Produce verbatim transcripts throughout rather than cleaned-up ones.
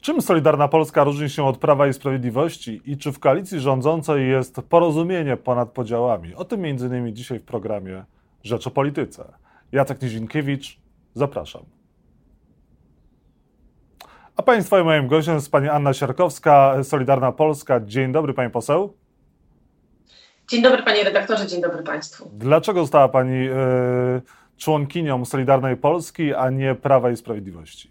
Czym Solidarna Polska różni się od Prawa i Sprawiedliwości i czy w koalicji rządzącej jest porozumienie ponad podziałami? O tym między innymi dzisiaj w programie Rzecz o Polityce. Jacek Nizinkiewicz, zapraszam. A Państwa i moim gościem jest pani Anna Siarkowska, Solidarna Polska. Dzień dobry, pani poseł. Dzień dobry, panie redaktorze, dzień dobry państwu. Dlaczego została pani y, członkinią Solidarnej Polski, a nie Prawa i Sprawiedliwości?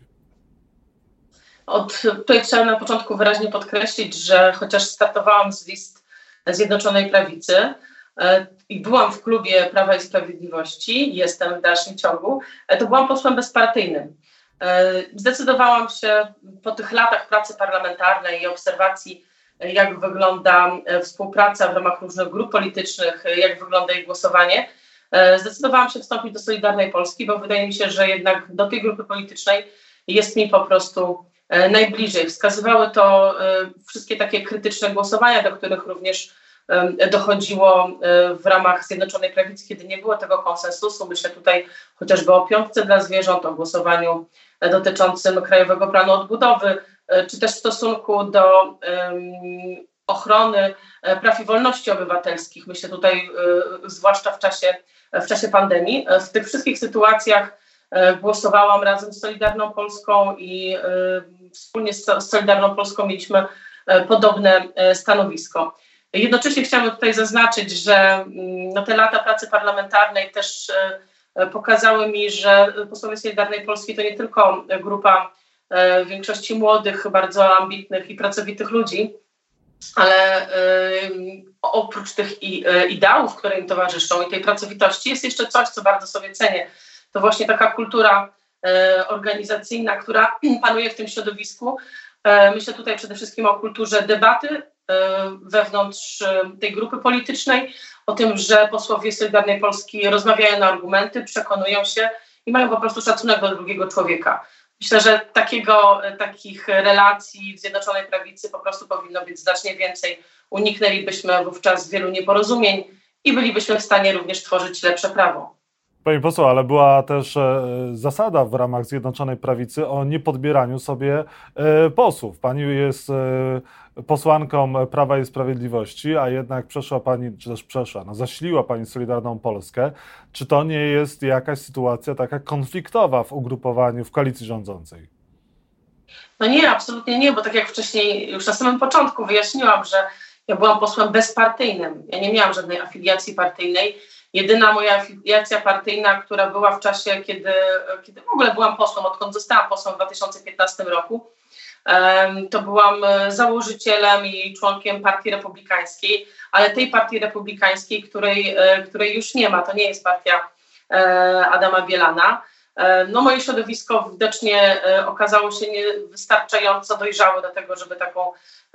Od, tutaj trzeba na początku wyraźnie podkreślić, że chociaż startowałam z list Zjednoczonej Prawicy e, i byłam w klubie Prawa i Sprawiedliwości, jestem w dalszym ciągu, e, to byłam posłem bezpartyjnym. E, zdecydowałam się po tych latach pracy parlamentarnej i obserwacji, e, jak wygląda e, współpraca w ramach różnych grup politycznych, e, jak wygląda ich głosowanie, e, zdecydowałam się wstąpić do Solidarnej Polski, bo wydaje mi się, że jednak do tej grupy politycznej jest mi po prostu najbliżej. Wskazywały to wszystkie takie krytyczne głosowania, do których również dochodziło w ramach Zjednoczonej Prawicy, kiedy nie było tego konsensusu. Myślę tutaj chociażby o piątce dla zwierząt, o głosowaniu dotyczącym Krajowego Planu Odbudowy, czy też w stosunku do um, ochrony praw i wolności obywatelskich. Myślę tutaj zwłaszcza w czasie, w czasie pandemii. W tych wszystkich sytuacjach głosowałam razem z Solidarną Polską i y, wspólnie z, z Solidarną Polską mieliśmy y, podobne y, stanowisko. Jednocześnie chciałabym tutaj zaznaczyć, że y, no, te lata pracy parlamentarnej też y, pokazały mi, że posłowie Solidarnej Polski to nie tylko grupa y, w większości młodych, bardzo ambitnych i pracowitych ludzi, ale y, oprócz tych i, y, ideałów, które im towarzyszą i tej pracowitości jest jeszcze coś, co bardzo sobie cenię. To właśnie taka kultura e, organizacyjna, która panuje w tym środowisku. E, myślę tutaj przede wszystkim o kulturze debaty e, wewnątrz e, tej grupy politycznej, o tym, że posłowie Solidarnej Polski rozmawiają na argumenty, przekonują się i mają po prostu szacunek do drugiego człowieka. Myślę, że takiego, e, takich relacji w Zjednoczonej Prawicy po prostu powinno być znacznie więcej. Uniknęlibyśmy wówczas wielu nieporozumień i bylibyśmy w stanie również tworzyć lepsze prawo. Pani poseł, ale była też e, zasada w ramach Zjednoczonej Prawicy o niepodbieraniu sobie e, posłów. Pani jest e, posłanką Prawa i Sprawiedliwości, a jednak przeszła pani, czy też przeszła, no zasiliła pani Solidarną Polskę. Czy to nie jest jakaś sytuacja taka konfliktowa w ugrupowaniu, w koalicji rządzącej? No nie, absolutnie nie, bo tak jak wcześniej już na samym początku wyjaśniłam, że ja byłam posłem bezpartyjnym. Ja nie miałam żadnej afiliacji partyjnej. Jedyna moja afiliacja partyjna, która była w czasie, kiedy, kiedy w ogóle byłam posłem, odkąd zostałam posłem w dwa tysiące piętnastym roku, to byłam założycielem i członkiem Partii Republikańskiej, ale tej Partii Republikańskiej, której, której już nie ma, to nie jest partia Adama Bielana. No moje środowisko widocznie okazało się niewystarczająco dojrzałe do tego, żeby taką,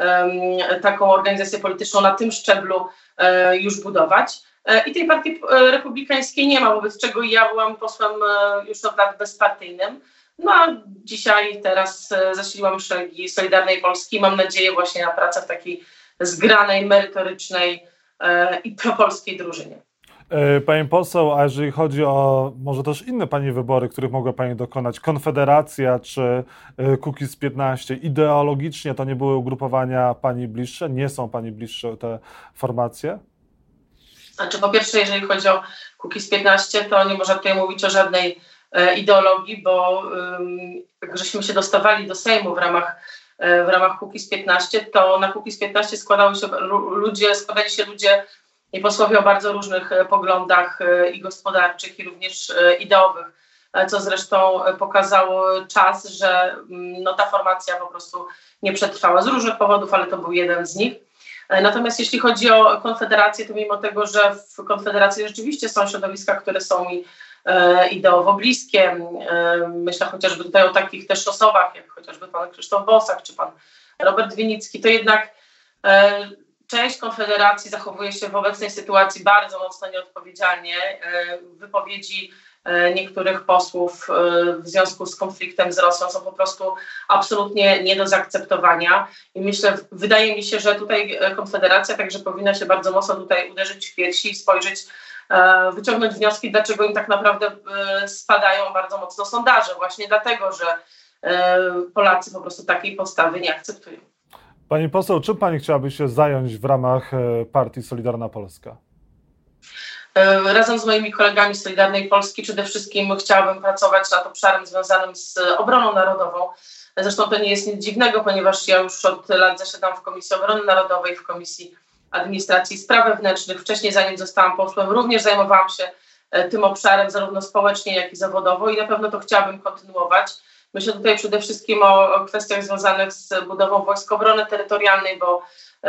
taką organizację polityczną na tym szczeblu już budować. I tej partii republikańskiej nie ma, wobec czego ja byłam posłem już od lat bezpartyjnym. No a dzisiaj, teraz zasiliłam szeregi Solidarnej Polski. Mam nadzieję właśnie na pracę w takiej zgranej, merytorycznej i propolskiej drużynie. Pani poseł, a jeżeli chodzi o może też inne pani wybory, których mogła pani dokonać, Konfederacja czy Kukiz piętnaście, ideologicznie to nie były ugrupowania pani bliższe? Nie są pani bliższe te formacje? Znaczy, po pierwsze, jeżeli chodzi o Kukiz piętnaście, to nie można tutaj mówić o żadnej e, ideologii, bo um, jak żeśmy się dostawali do Sejmu w ramach, e, w ramach Kukiz piętnaście, to na Kukiz piętnaście składały się ludzie, składali się ludzie i posłowie o bardzo różnych e, poglądach e, i gospodarczych, i również e, ideowych, e, co zresztą pokazało czas, że m, no, ta formacja po prostu nie przetrwała z różnych powodów, ale to był jeden z nich. Natomiast jeśli chodzi o Konfederację, to mimo tego, że w Konfederacji rzeczywiście są środowiska, które są mi e, ideowo bliskie, e, myślę chociażby tutaj o takich też osobach, jak chociażby pan Krzysztof Bosak czy pan Robert Winnicki, to jednak e, część Konfederacji zachowuje się w obecnej sytuacji bardzo mocno nieodpowiedzialnie. E, wypowiedzi niektórych posłów w związku z konfliktem z Rosją są po prostu absolutnie nie do zaakceptowania i myślę, wydaje mi się, że tutaj Konfederacja także powinna się bardzo mocno tutaj uderzyć w piersi i spojrzeć, wyciągnąć wnioski, dlaczego im tak naprawdę spadają bardzo mocno sondaże. Właśnie dlatego, że Polacy po prostu takiej postawy nie akceptują. Pani poseł, czym pani chciałaby się zająć w ramach partii Solidarna Polska? Razem z moimi kolegami z Solidarnej Polski przede wszystkim chciałabym pracować nad obszarem związanym z obroną narodową. Zresztą to nie jest nic dziwnego, ponieważ ja już od lat zasiadam w Komisji Obrony Narodowej, w Komisji Administracji i Spraw Wewnętrznych. Wcześniej, zanim zostałam posłem, również zajmowałam się tym obszarem zarówno społecznie, jak i zawodowo i na pewno to chciałabym kontynuować. Myślę tutaj przede wszystkim o, o kwestiach związanych z budową Wojsk Obrony Terytorialnej, bo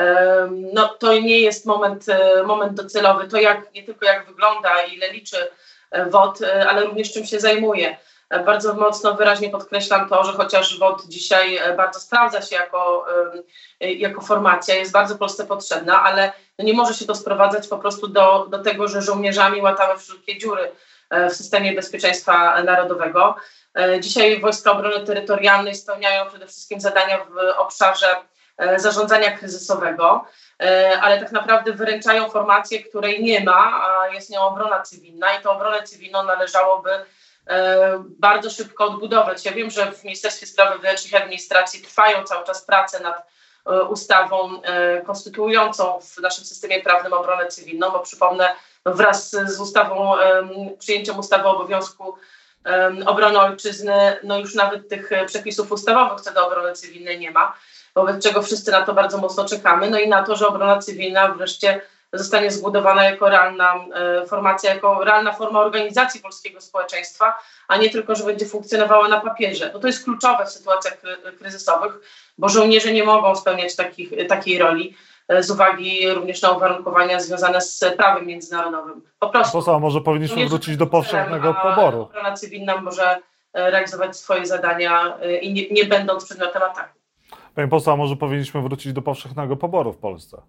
no, to nie jest moment, moment docelowy. To jak, nie tylko jak wygląda, ile liczy W O T, ale również czym się zajmuje. Bardzo mocno, wyraźnie podkreślam to, że chociaż W O T dzisiaj bardzo sprawdza się jako, jako formacja, jest bardzo Polsce potrzebna, ale nie może się to sprowadzać po prostu do, do tego, że żołnierzami łatamy wszelkie dziury w systemie bezpieczeństwa narodowego. Dzisiaj Wojska Obrony Terytorialnej spełniają przede wszystkim zadania w obszarze zarządzania kryzysowego, ale tak naprawdę wyręczają formację, której nie ma, a jest nią obrona cywilna i tę obronę cywilną należałoby bardzo szybko odbudować. Ja wiem, że w Ministerstwie Spraw Wewnętrznych i Administracji trwają cały czas prace nad ustawą konstytuującą w naszym systemie prawnym obronę cywilną, bo przypomnę, wraz z ustawą, przyjęciem ustawy o obowiązku obrony ojczyzny, no już nawet tych przepisów ustawowych co do obrony cywilnej nie ma, wobec czego wszyscy na to bardzo mocno czekamy, no i na to, że obrona cywilna wreszcie zostanie zbudowana jako realna e, formacja, jako realna forma organizacji polskiego społeczeństwa, a nie tylko, że będzie funkcjonowała na papierze. No to jest kluczowe w sytuacjach kryzysowych, bo żołnierze nie mogą spełniać takich, takiej roli e, z uwagi również na uwarunkowania związane z prawem międzynarodowym. Po prostu. Poza, może powinniśmy wrócić do powszechnego poboru. Obrona cywilna może realizować swoje zadania e, i nie, nie będąc przedmiotem ataku. Pani poseł, może powinniśmy wrócić do powszechnego poboru w Polsce?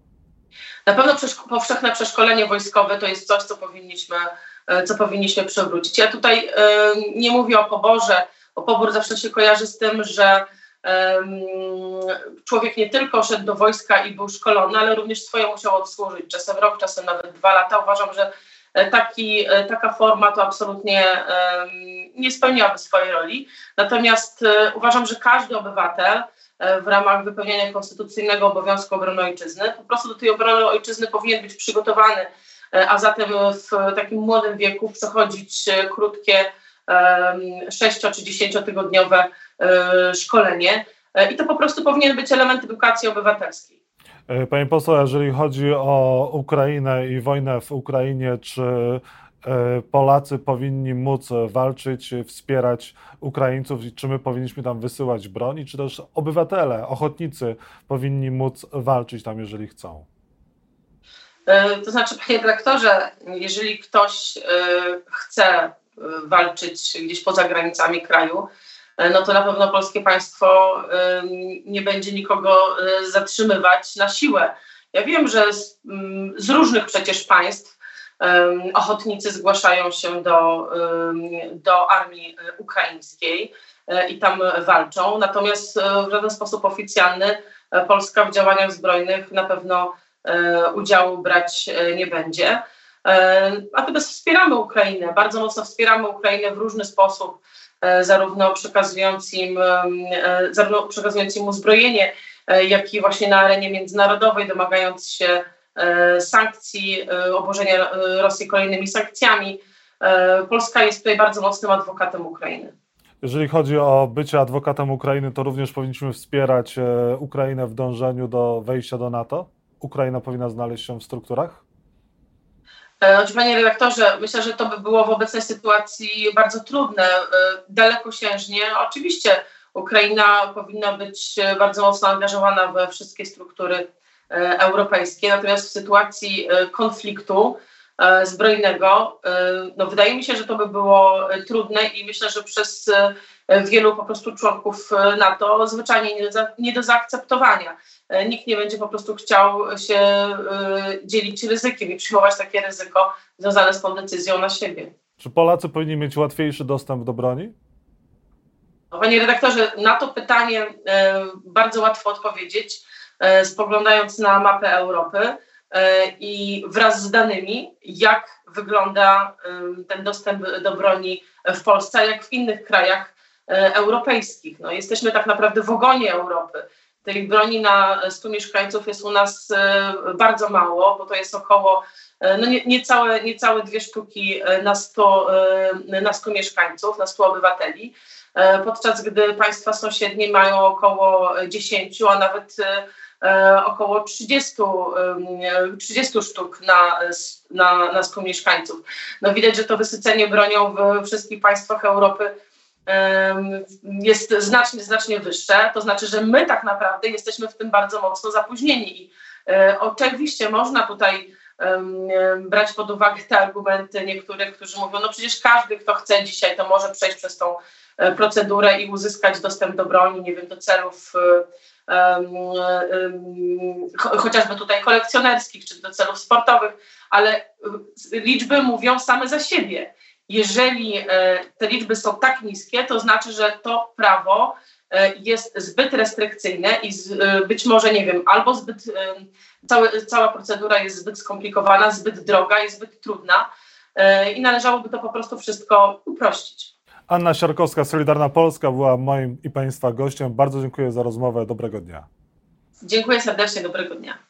Na pewno powszechne przeszkolenie wojskowe to jest coś, co powinniśmy, co powinniśmy przywrócić. Ja tutaj y, nie mówię o poborze, bo pobór zawsze się kojarzy z tym, że y, człowiek nie tylko szedł do wojska i był szkolony, ale również swoje musiał odsłużyć, czasem rok, czasem nawet dwa lata. Uważam, że taki, taka forma to absolutnie y, nie spełniałaby swojej roli. Natomiast y, uważam, że każdy obywatel w ramach wypełniania konstytucyjnego obowiązku obrony ojczyzny po prostu do tej obrony ojczyzny powinien być przygotowany, a zatem w takim młodym wieku przechodzić krótkie sześcio- czy dziesięciotygodniowe szkolenie i to po prostu powinien być element edukacji obywatelskiej. Pani poseł, jeżeli chodzi o Ukrainę i wojnę w Ukrainie, czy Polacy powinni móc walczyć, wspierać Ukraińców i czy my powinniśmy tam wysyłać broń, czy też obywatele, ochotnicy powinni móc walczyć tam, jeżeli chcą? To znaczy, panie dyrektorze, jeżeli ktoś chce walczyć gdzieś poza granicami kraju, no to na pewno polskie państwo nie będzie nikogo zatrzymywać na siłę. Ja wiem, że z, z różnych przecież państw Um, ochotnicy zgłaszają się do, um, do armii ukraińskiej um, i tam walczą, natomiast um, w żaden sposób oficjalny um, Polska w działaniach zbrojnych na pewno um, udziału brać um, nie będzie. Um, natomiast wspieramy Ukrainę, bardzo mocno wspieramy Ukrainę w różny sposób, um, zarówno przekazując im, um, zarówno przekazując im uzbrojenie, um, jak i właśnie na arenie międzynarodowej, domagając się sankcji, obłożenia Rosji kolejnymi sankcjami. Polska jest tutaj bardzo mocnym adwokatem Ukrainy. Jeżeli chodzi o bycie adwokatem Ukrainy, to również powinniśmy wspierać Ukrainę w dążeniu do wejścia do NATO? Ukraina powinna znaleźć się w strukturach? Panie redaktorze, myślę, że to by było w obecnej sytuacji bardzo trudne, dalekosiężnie. Oczywiście Ukraina powinna być bardzo mocno angażowana we wszystkie struktury europejskie, natomiast w sytuacji konfliktu zbrojnego, no wydaje mi się, że to by było trudne i myślę, że przez wielu po prostu członków NATO zwyczajnie nie do, nie do zaakceptowania. Nikt nie będzie po prostu chciał się dzielić ryzykiem i przyjmować takie ryzyko związane z tą decyzją na siebie. Czy Polacy powinni mieć łatwiejszy dostęp do broni? Panie redaktorze, na to pytanie bardzo łatwo odpowiedzieć, spoglądając na mapę Europy i wraz z danymi, jak wygląda ten dostęp do broni w Polsce, a jak w innych krajach europejskich. No, jesteśmy tak naprawdę w ogonie Europy. Tej broni na stu mieszkańców jest u nas bardzo mało, bo to jest około no nie, niecałe, niecałe dwie sztuki na sto, na stu mieszkańców, na stu obywateli, podczas gdy państwa sąsiednie mają około dziesięciu, a nawet około trzydziestu, trzydziestu sztuk na, na, na stu mieszkańców. No widać, że to wysycenie bronią w wszystkich państwach Europy jest znacznie, znacznie wyższe. To znaczy, że my tak naprawdę jesteśmy w tym bardzo mocno zapóźnieni. I oczywiście można tutaj brać pod uwagę te argumenty niektórych, którzy mówią, no przecież każdy, kto chce dzisiaj, to może przejść przez tą procedurę i uzyskać dostęp do broni, nie wiem, do celów um, um, chociażby tutaj kolekcjonerskich, czy do celów sportowych, ale liczby mówią same za siebie. Jeżeli te liczby są tak niskie, to znaczy, że to prawo jest zbyt restrykcyjne i z, być może, nie wiem, albo zbyt, całe, cała procedura jest zbyt skomplikowana, zbyt droga i zbyt trudna i należałoby to po prostu wszystko uprościć. Anna Siarkowska, Solidarna Polska była moim i Państwa gościem. Bardzo dziękuję za rozmowę. Dobrego dnia. Dziękuję serdecznie. Dobrego dnia.